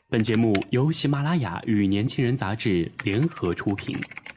本节目由喜马拉雅与年轻人杂志联合出品。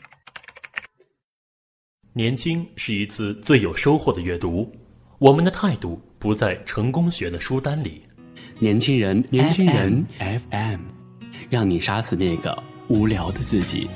年轻是一次最有收获的阅读，我们的态度不在成功学的书单里。 年轻人 FM， 让你杀死那个无聊的自己。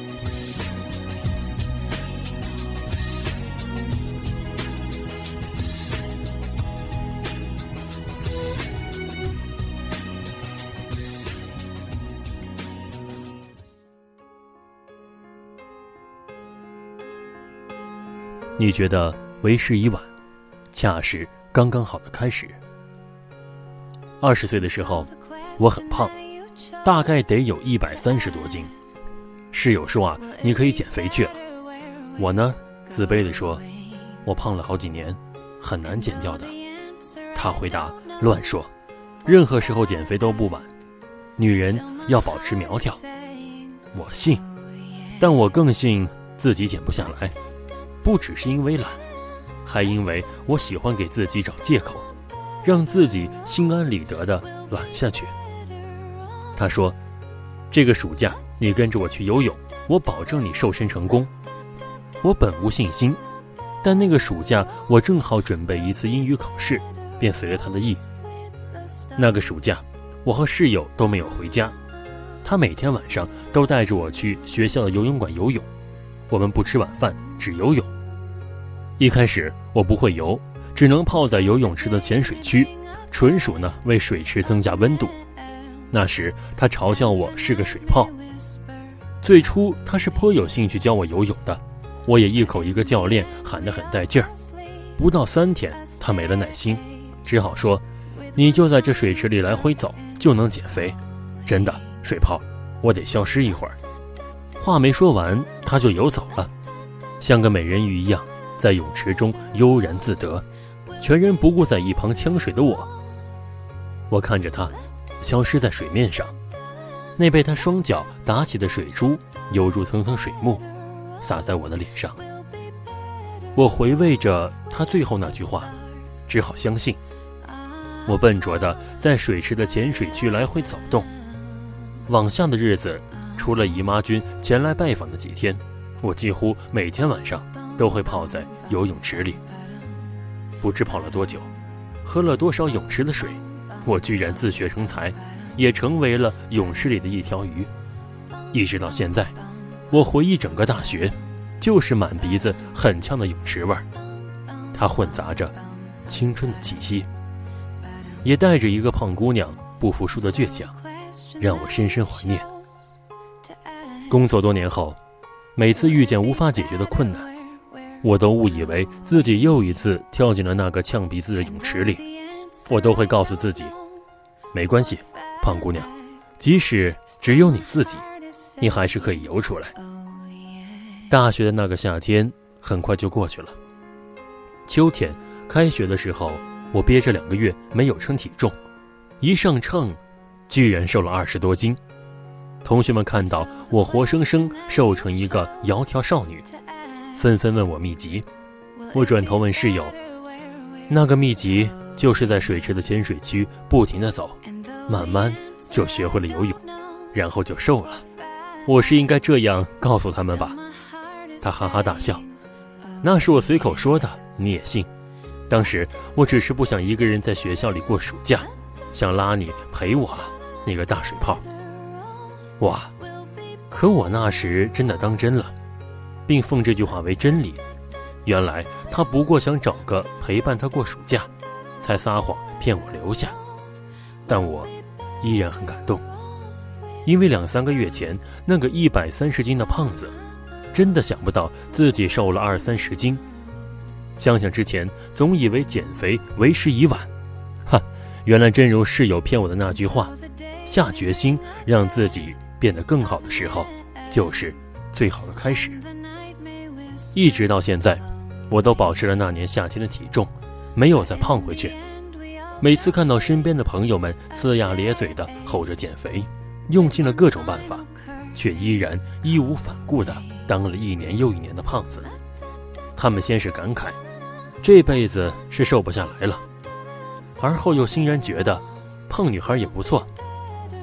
你觉得为时已晚，恰是刚刚好的开始。20岁的时候，我很胖，大概得有130多斤。室友说你可以减肥去了。我呢，自卑地说，我胖了好几年，很难减掉的。他回答，乱说，任何时候减肥都不晚，女人要保持苗条。我信，但我更信自己减不下来。不只是因为懒，还因为我喜欢给自己找借口，让自己心安理得地懒下去。他说，这个暑假你跟着我去游泳，我保证你瘦身成功。我本无信心，但那个暑假我正好准备一次英语考试，便随了他的意。那个暑假我和室友都没有回家，他每天晚上都带着我去学校的游泳馆游泳，我们不吃晚饭，只游泳。一开始我不会游，只能泡在游泳池的浅水区，纯属呢为水池增加温度。那时他嘲笑我是个水泡。最初他是颇有兴趣教我游泳的，我也一口一个教练喊得很带劲儿。不到3天他没了耐心，只好说，你就在这水池里来回走就能减肥。真的，水泡，我得消失一会儿。话没说完他就游走了，像个美人鱼一样在泳池中悠然自得，全然不顾在一旁呛水的我。我看着他消失在水面上，那被他双脚打起的水珠犹如层层水幕，洒在我的脸上。我回味着他最后那句话，只好相信。我笨拙地在水池的浅水区来回走动。往下的日子，除了姨妈君前来拜访的几天，我几乎每天晚上都会泡在游泳池里。不知泡了多久，喝了多少泳池的水，我居然自学成才，也成为了泳池里的一条鱼。一直到现在，我回忆整个大学，就是满鼻子很呛的泳池味儿，它混杂着青春的气息，也带着一个胖姑娘不服输的倔强，让我深深怀念。工作多年后，每次遇见无法解决的困难，我都误以为自己又一次跳进了那个呛鼻子的泳池里。我都会告诉自己，没关系，胖姑娘，即使只有你自己，你还是可以游出来。大学的那个夏天很快就过去了。秋天开学的时候，我憋着2个月没有称体重，一上秤居然瘦了20多斤。同学们看到我活生生瘦成一个窈窕少女，纷纷问我秘籍。我转头问室友，那个秘籍就是在水池的浅水区不停地走，慢慢就学会了游泳，然后就瘦了。我是应该这样告诉他们吧？他哈哈大笑，那是我随口说的，你也信？当时我只是不想一个人在学校里过暑假，想拉你陪我，那个大水泡。哇，可我那时真的当真了，并奉这句话为真理。原来他不过想找个陪伴他过暑假，才撒谎骗我留下。但我依然很感动，因为2-3个月前那个130斤的胖子，真的想不到自己瘦了20-30斤。想想之前总以为减肥为时已晚，原来真如室友骗我的那句话，下决心让自己变得更好的时候，就是最好的开始。一直到现在，我都保持了那年夏天的体重，没有再胖回去。每次看到身边的朋友们呲牙咧嘴地吼着减肥，用尽了各种办法，却依然义无反顾地当了1年又1年的胖子。他们先是感慨，这辈子是瘦不下来了，而后又欣然觉得胖女孩也不错。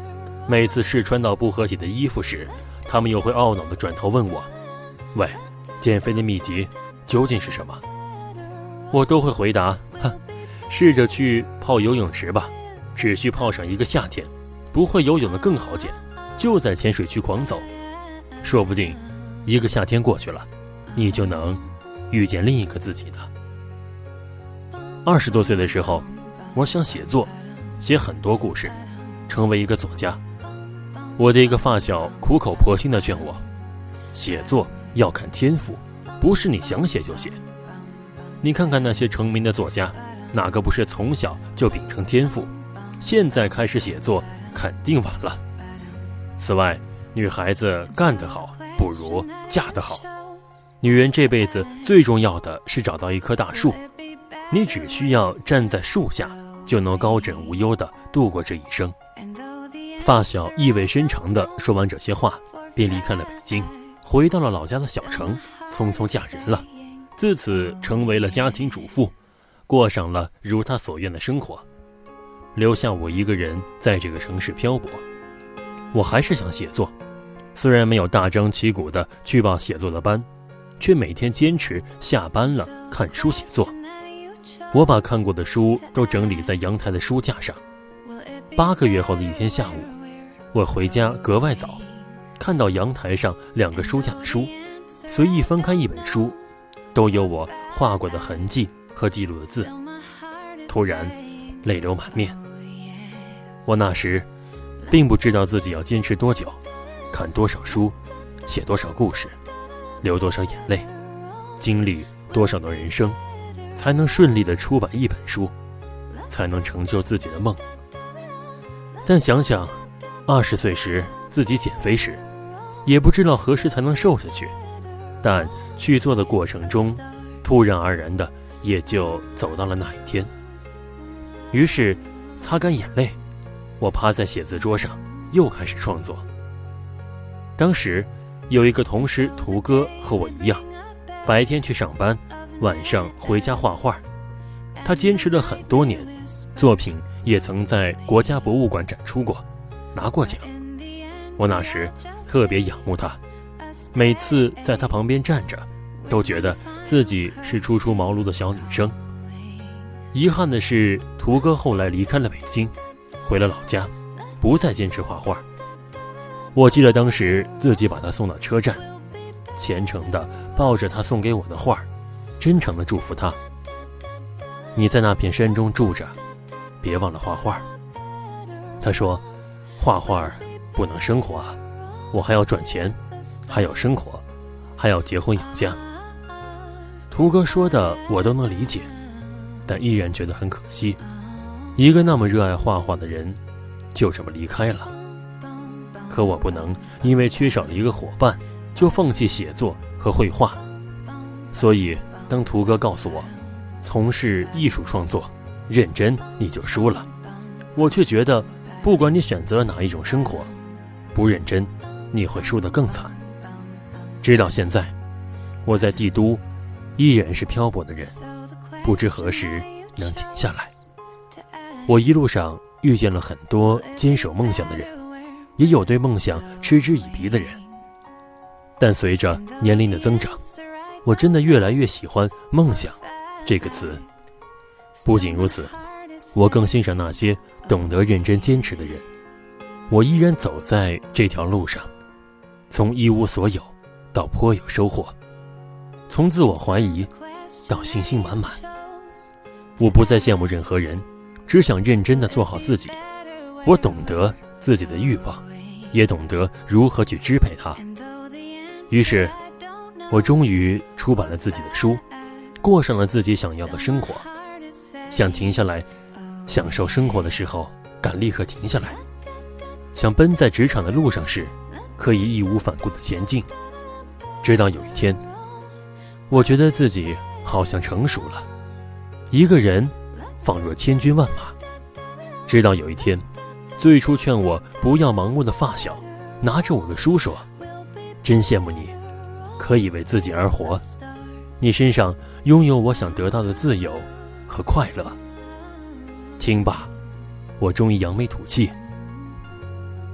每次试穿到不合体的衣服时，他们又会懊恼地转头问我，喂，减肥的秘籍究竟是什么？我都会回答，试着去泡游泳池吧，只需泡上一个夏天，不会游泳的更好减，就在浅水区狂走，说不定一个夏天过去了，你就能遇见另一个自己的。20多岁的时候，我想写作，写很多故事，成为一个作家。我的一个发小苦口婆心地劝我，写作要看天赋，不是你想写就写。你看看那些成名的作家，哪个不是从小就秉承天赋？现在开始写作肯定晚了。此外，女孩子干得好不如嫁得好。女人这辈子最重要的是找到一棵大树，你只需要站在树下，就能高枕无忧地度过这一生。发小意味深长地说完这些话，便离开了北京，回到了老家的小城，匆匆嫁人了。自此成为了家庭主妇，过上了如她所愿的生活，留下我一个人在这个城市漂泊。我还是想写作，虽然没有大张旗鼓地去报写作的班，却每天坚持下班了看书写作。我把看过的书都整理在阳台的书架上。8个月后的一天下午，我回家格外早，看到阳台上2个书架的书，随意翻开一本书，都有我画过的痕迹和记录的字，突然泪流满面。我那时并不知道自己要坚持多久，看多少书，写多少故事，流多少眼泪，经历多少的人生，才能顺利地出版一本书，才能成就自己的梦。但想想20岁时自己减肥时，也不知道何时才能瘦下去，但去做的过程中，突然而然的也就走到了那一天。于是擦干眼泪，我趴在写字桌上又开始创作。当时有一个同事图哥和我一样，白天去上班，晚上回家画画。他坚持了很多年，作品也曾在国家博物馆展出过，拿过奖。我那时特别仰慕他，每次在他旁边站着，都觉得自己是初出茅庐的小女生。遗憾的是，图哥后来离开了北京，回了老家，不再坚持画画。我记得当时自己把他送到车站，虔诚地抱着他送给我的画，真诚地祝福他：你在那片山中住着，别忘了画画。他说，画画不能生活啊，我还要赚钱，还要生活，还要结婚养家。图哥说的我都能理解，但依然觉得很可惜，一个那么热爱画画的人就这么离开了。可我不能因为缺少了一个伙伴就放弃写作和绘画。所以当图哥告诉我，从事艺术创作，认真你就输了，我却觉得不管你选择了哪一种生活，不认真你会输得更惨。直到现在，我在帝都依然是漂泊的人，不知何时能停下来。我一路上遇见了很多坚守梦想的人，也有对梦想嗤之以鼻的人。但随着年龄的增长，我真的越来越喜欢梦想这个词。不仅如此，我更欣赏那些懂得认真坚持的人。我依然走在这条路上，从一无所有到颇有收获，从自我怀疑到信心满满。我不再羡慕任何人，只想认真地做好自己。我懂得自己的欲望，也懂得如何去支配它。于是我终于出版了自己的书，过上了自己想要的生活。想停下来享受生活的时候，敢立刻停下来。想奔在职场的路上时，可以义无反顾地前进。直到有一天，我觉得自己好像成熟了，一个人仿若千军万马。直到有一天，最初劝我不要盲目的发小拿着我的书说，真羡慕你可以为自己而活，你身上拥有我想得到的自由和快乐。听罢，我终于扬眉吐气。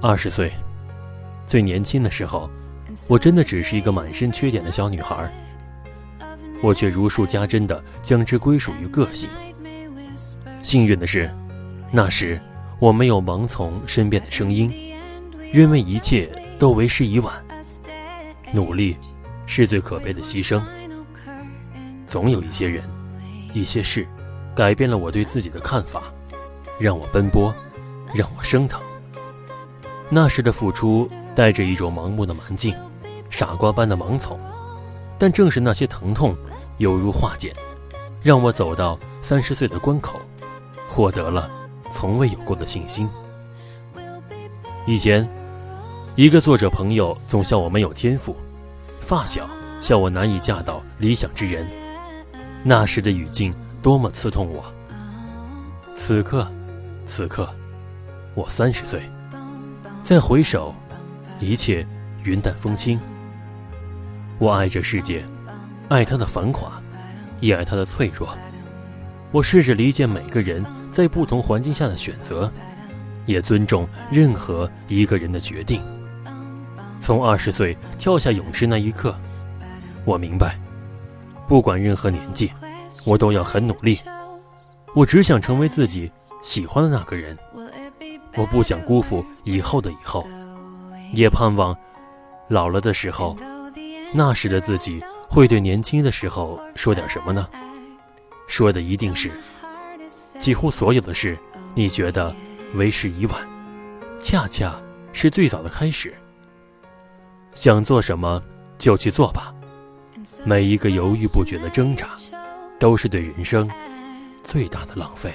20岁，最年轻的时候，我真的只是一个满身缺点的小女孩，我却如数家珍地将之归属于个性。幸运的是，那时我没有盲从身边的声音，认为一切都为时已晚。努力是最可悲的牺牲。总有一些人，一些事，改变了我对自己的看法，让我奔波，让我升腾。那时的付出带着一种盲目的蛮劲，傻瓜般的盲从，但正是那些疼痛犹如化茧，让我走到30岁的关口，获得了从未有过的信心。以前一个作者朋友总笑我没有天赋，发小笑我难以嫁到理想之人，那时的语境多么刺痛我。此刻我30岁，再回首，一切云淡风轻。我爱这世界，爱它的繁华，也爱它的脆弱。我试着理解每个人在不同环境下的选择，也尊重任何一个人的决定。从20岁跳下泳池那一刻，我明白，不管任何年纪，我都要很努力。我只想成为自己喜欢的那个人，我不想辜负以后的以后，也盼望老了的时候，那时的自己会对年轻的时候说点什么呢？说的一定是，几乎所有的事，你觉得为时已晚，恰恰是最早的开始。想做什么就去做吧，每一个犹豫不决的挣扎，都是对人生最大的浪费。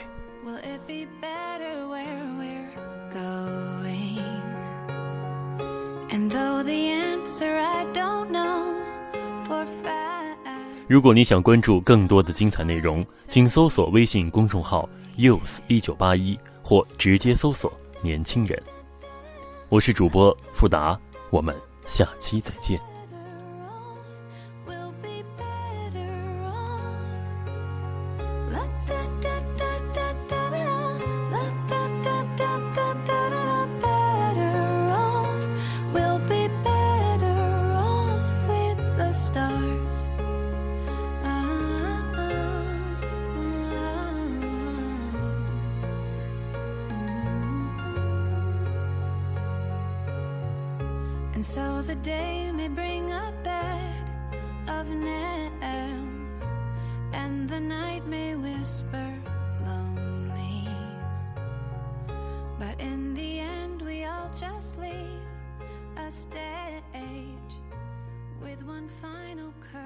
如果你想关注更多的精彩内容，请搜索微信公众号 youth1981 或直接搜索年轻人。我是主播富达，我们下期再见。 And so the day may bring a bed of nails, and the night may whisper lonelies, but in the end we all just leave a stage with one final curve.